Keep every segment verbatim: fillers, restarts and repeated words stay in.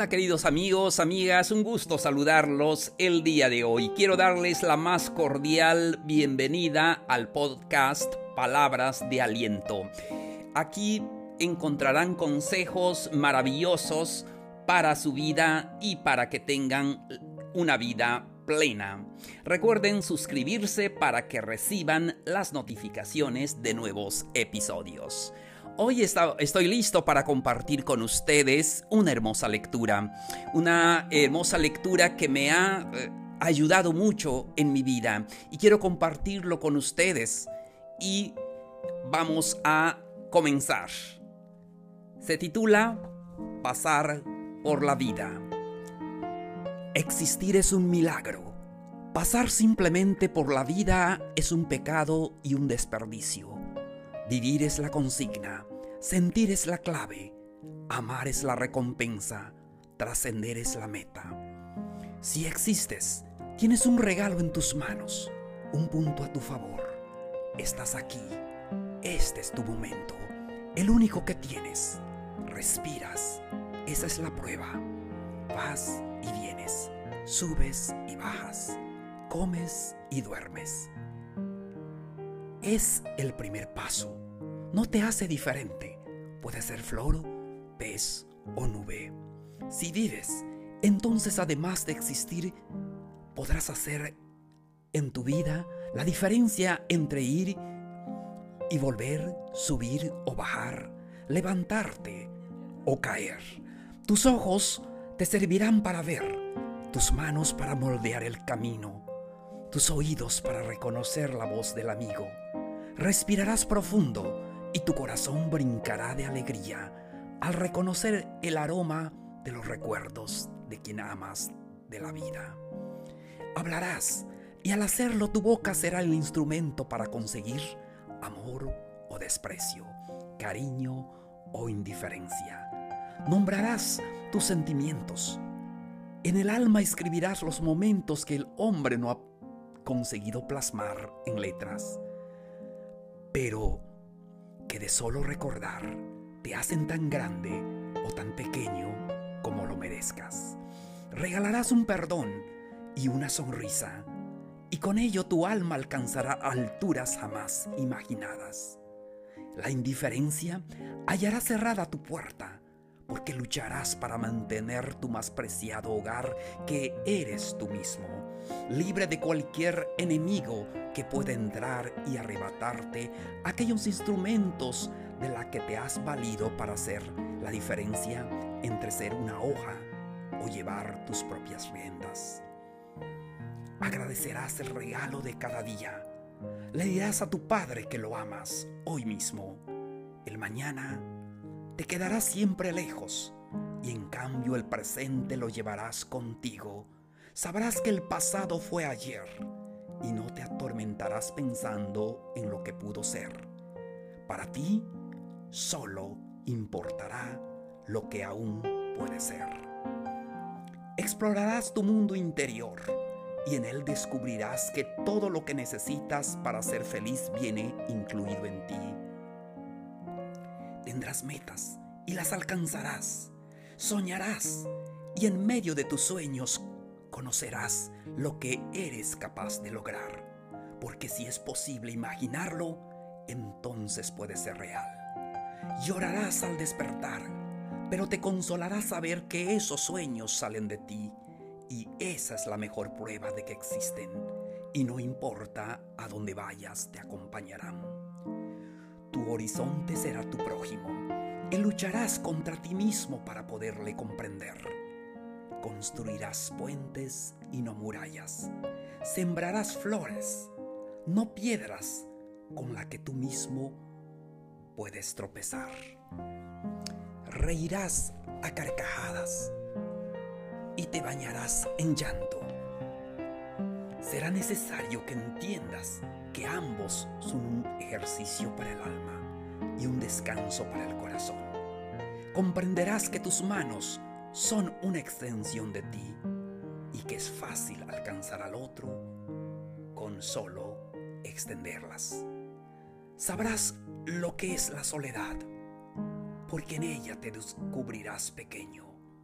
Hola queridos amigos, amigas, un gusto saludarlos el día de hoy. Quiero darles la más cordial bienvenida al podcast Palabras de Aliento. Aquí encontrarán consejos maravillosos para su vida y para que tengan una vida plena. Recuerden suscribirse para que reciban las notificaciones de nuevos episodios. Hoy está, estoy listo para compartir con ustedes una hermosa lectura, una hermosa lectura que me ha eh, ayudado mucho en mi vida y quiero compartirlo con ustedes y vamos a comenzar. Se titula Pasar por la vida. Existir es un milagro. Pasar simplemente por la vida es un pecado y un desperdicio. Vivir es la consigna, sentir es la clave, amar es la recompensa, trascender es la meta. Si existes, tienes un regalo en tus manos, un punto a tu favor. Estás aquí, este es tu momento, el único que tienes. Respiras, esa es la prueba. Vas y vienes, subes y bajas, comes y duermes. Es el primer paso. No te hace diferente. Puede ser flor, pez o nube. Si vives, entonces además de existir, podrás hacer en tu vida la diferencia entre ir y volver, subir o bajar, levantarte o caer. Tus ojos te servirán para ver, tus manos para moldear el camino, tus oídos para reconocer la voz del amigo. Respirarás profundo y tu corazón brincará de alegría al reconocer el aroma de los recuerdos de quien amas de la vida. Hablarás y al hacerlo tu boca será el instrumento para conseguir amor o desprecio, cariño o indiferencia. Nombrarás tus sentimientos. En el alma escribirás los momentos que el hombre no ha conseguido plasmar en letras, pero que de solo recordar te hacen tan grande o tan pequeño como lo merezcas. Regalarás un perdón y una sonrisa, y con ello tu alma alcanzará alturas jamás imaginadas. La indiferencia hallará cerrada tu puerta, porque lucharás para mantener tu más preciado hogar, que eres tú mismo, libre de cualquier enemigo que pueda entrar y arrebatarte aquellos instrumentos de la que te has valido para hacer la diferencia entre ser una hoja o llevar tus propias riendas. Agradecerás el regalo de cada día. Le dirás a tu padre que lo amas hoy mismo. El mañana te quedarás siempre lejos y en cambio el presente lo llevarás contigo. Sabrás que el pasado fue ayer y no te atormentarás pensando en lo que pudo ser. Para ti solo importará lo que aún puede ser. Explorarás tu mundo interior y en él descubrirás que todo lo que necesitas para ser feliz viene incluido en ti. Tendrás metas y las alcanzarás. Soñarás y en medio de tus sueños conocerás lo que eres capaz de lograr. Porque si es posible imaginarlo, entonces puede ser real. Llorarás al despertar, pero te consolará saber que esos sueños salen de ti. Y esa es la mejor prueba de que existen. Y no importa a dónde vayas, te acompañarán. Tu horizonte será tu prójimo y lucharás contra ti mismo para poderle comprender. Construirás puentes y no murallas. Sembrarás flores, no piedras con las que tú mismo puedes tropezar. Reirás a carcajadas y te bañarás en llanto. Será necesario que entiendas que ambos son un ejercicio para el alma y un descanso para el corazón. Comprenderás que tus manos son una extensión de ti y que es fácil alcanzar al otro con solo extenderlas. Sabrás lo que es la soledad, porque en ella te descubrirás pequeño.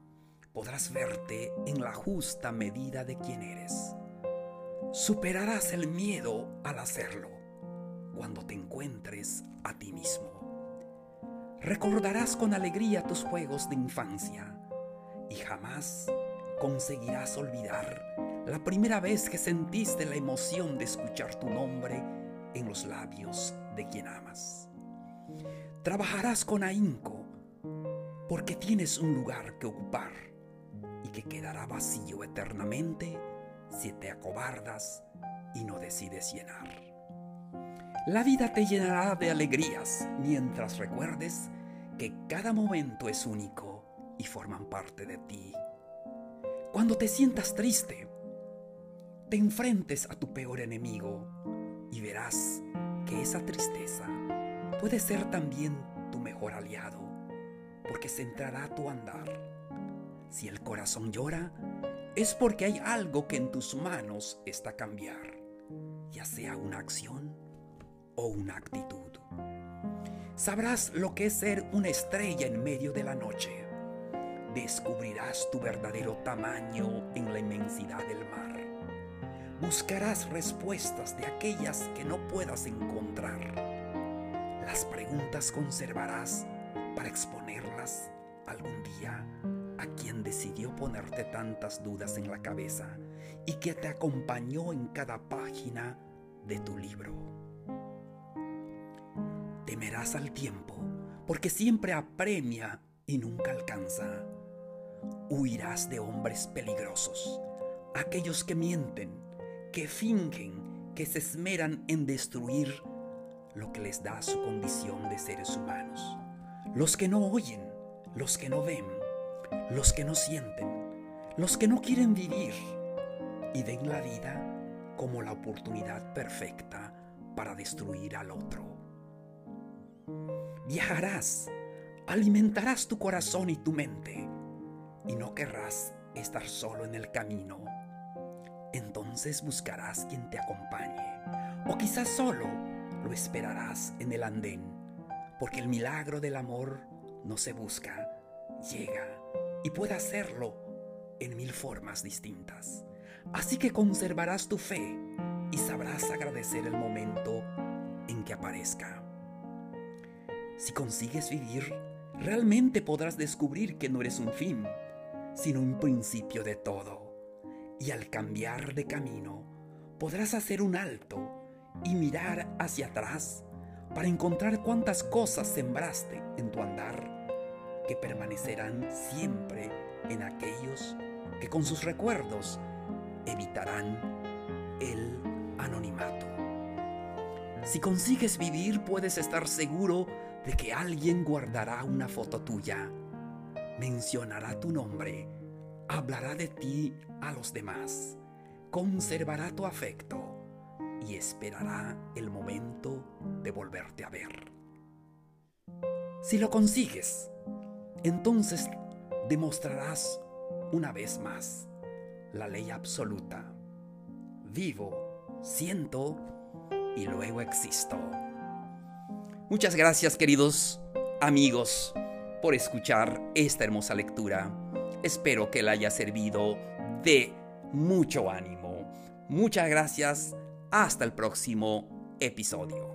podrás verte en la justa medida de quien eres. Superarás el miedo al hacerlo cuando te encuentres a ti mismo. Recordarás con alegría tus juegos de infancia y jamás conseguirás olvidar la primera vez que sentiste la emoción de escuchar tu nombre en los labios de quien amas. Trabajarás con ahínco porque tienes un lugar que ocupar y que quedará vacío eternamente si te acobardas y no decides llenar. La vida te llenará de alegrías mientras recuerdes que cada momento es único y forman parte de ti. Cuando te sientas triste, te enfrentes a tu peor enemigo y verás que esa tristeza puede ser también tu mejor aliado, porque centrará tu andar. Si el corazón llora, es porque hay algo que en tus manos está a cambiar, ya sea una acción o una actitud. Sabrás lo que es ser una estrella en medio de la noche. Descubrirás tu verdadero tamaño en la inmensidad del mar. Buscarás respuestas de aquellas que no puedas encontrar. Las preguntas conservarás para exponerlas algún día a quien decidió ponerte tantas dudas en la cabeza y que te acompañó en cada página de tu libro. Temerás al tiempo, porque siempre apremia y nunca alcanza. Huirás de hombres peligrosos, aquellos que mienten, que fingen, que se esmeran en destruir lo que les da su condición de seres humanos. Los que no oyen, los que no ven, los que no sienten, los que no quieren vivir y ven la vida como la oportunidad perfecta para destruir al otro. Viajarás, alimentarás tu corazón y tu mente y no querrás estar solo en el camino. Entonces buscarás quien te acompañe, o quizás solo lo esperarás en el andén, porque el milagro del amor no se busca, llega y puede hacerlo en mil formas distintas. Así que conservarás tu fe y sabrás agradecer el momento en que aparezca. Si consigues vivir, realmente podrás descubrir que no eres un fin, sino un principio de todo. Y al cambiar de camino, podrás hacer un alto y mirar hacia atrás para encontrar cuántas cosas sembraste en tu andar que permanecerán siempre en aquellos que con sus recuerdos evitarán el anonimato. Si consigues vivir, puedes estar seguro de que alguien guardará una foto tuya, mencionará tu nombre, hablará de ti a los demás, conservará tu afecto y esperará el momento de volverte a ver. Si lo consigues, entonces demostrarás una vez más la ley absoluta. Vivo, siento y luego existo. Muchas gracias, queridos amigos, por escuchar esta hermosa lectura. Espero que le haya servido de mucho ánimo. Muchas gracias. Hasta el próximo episodio.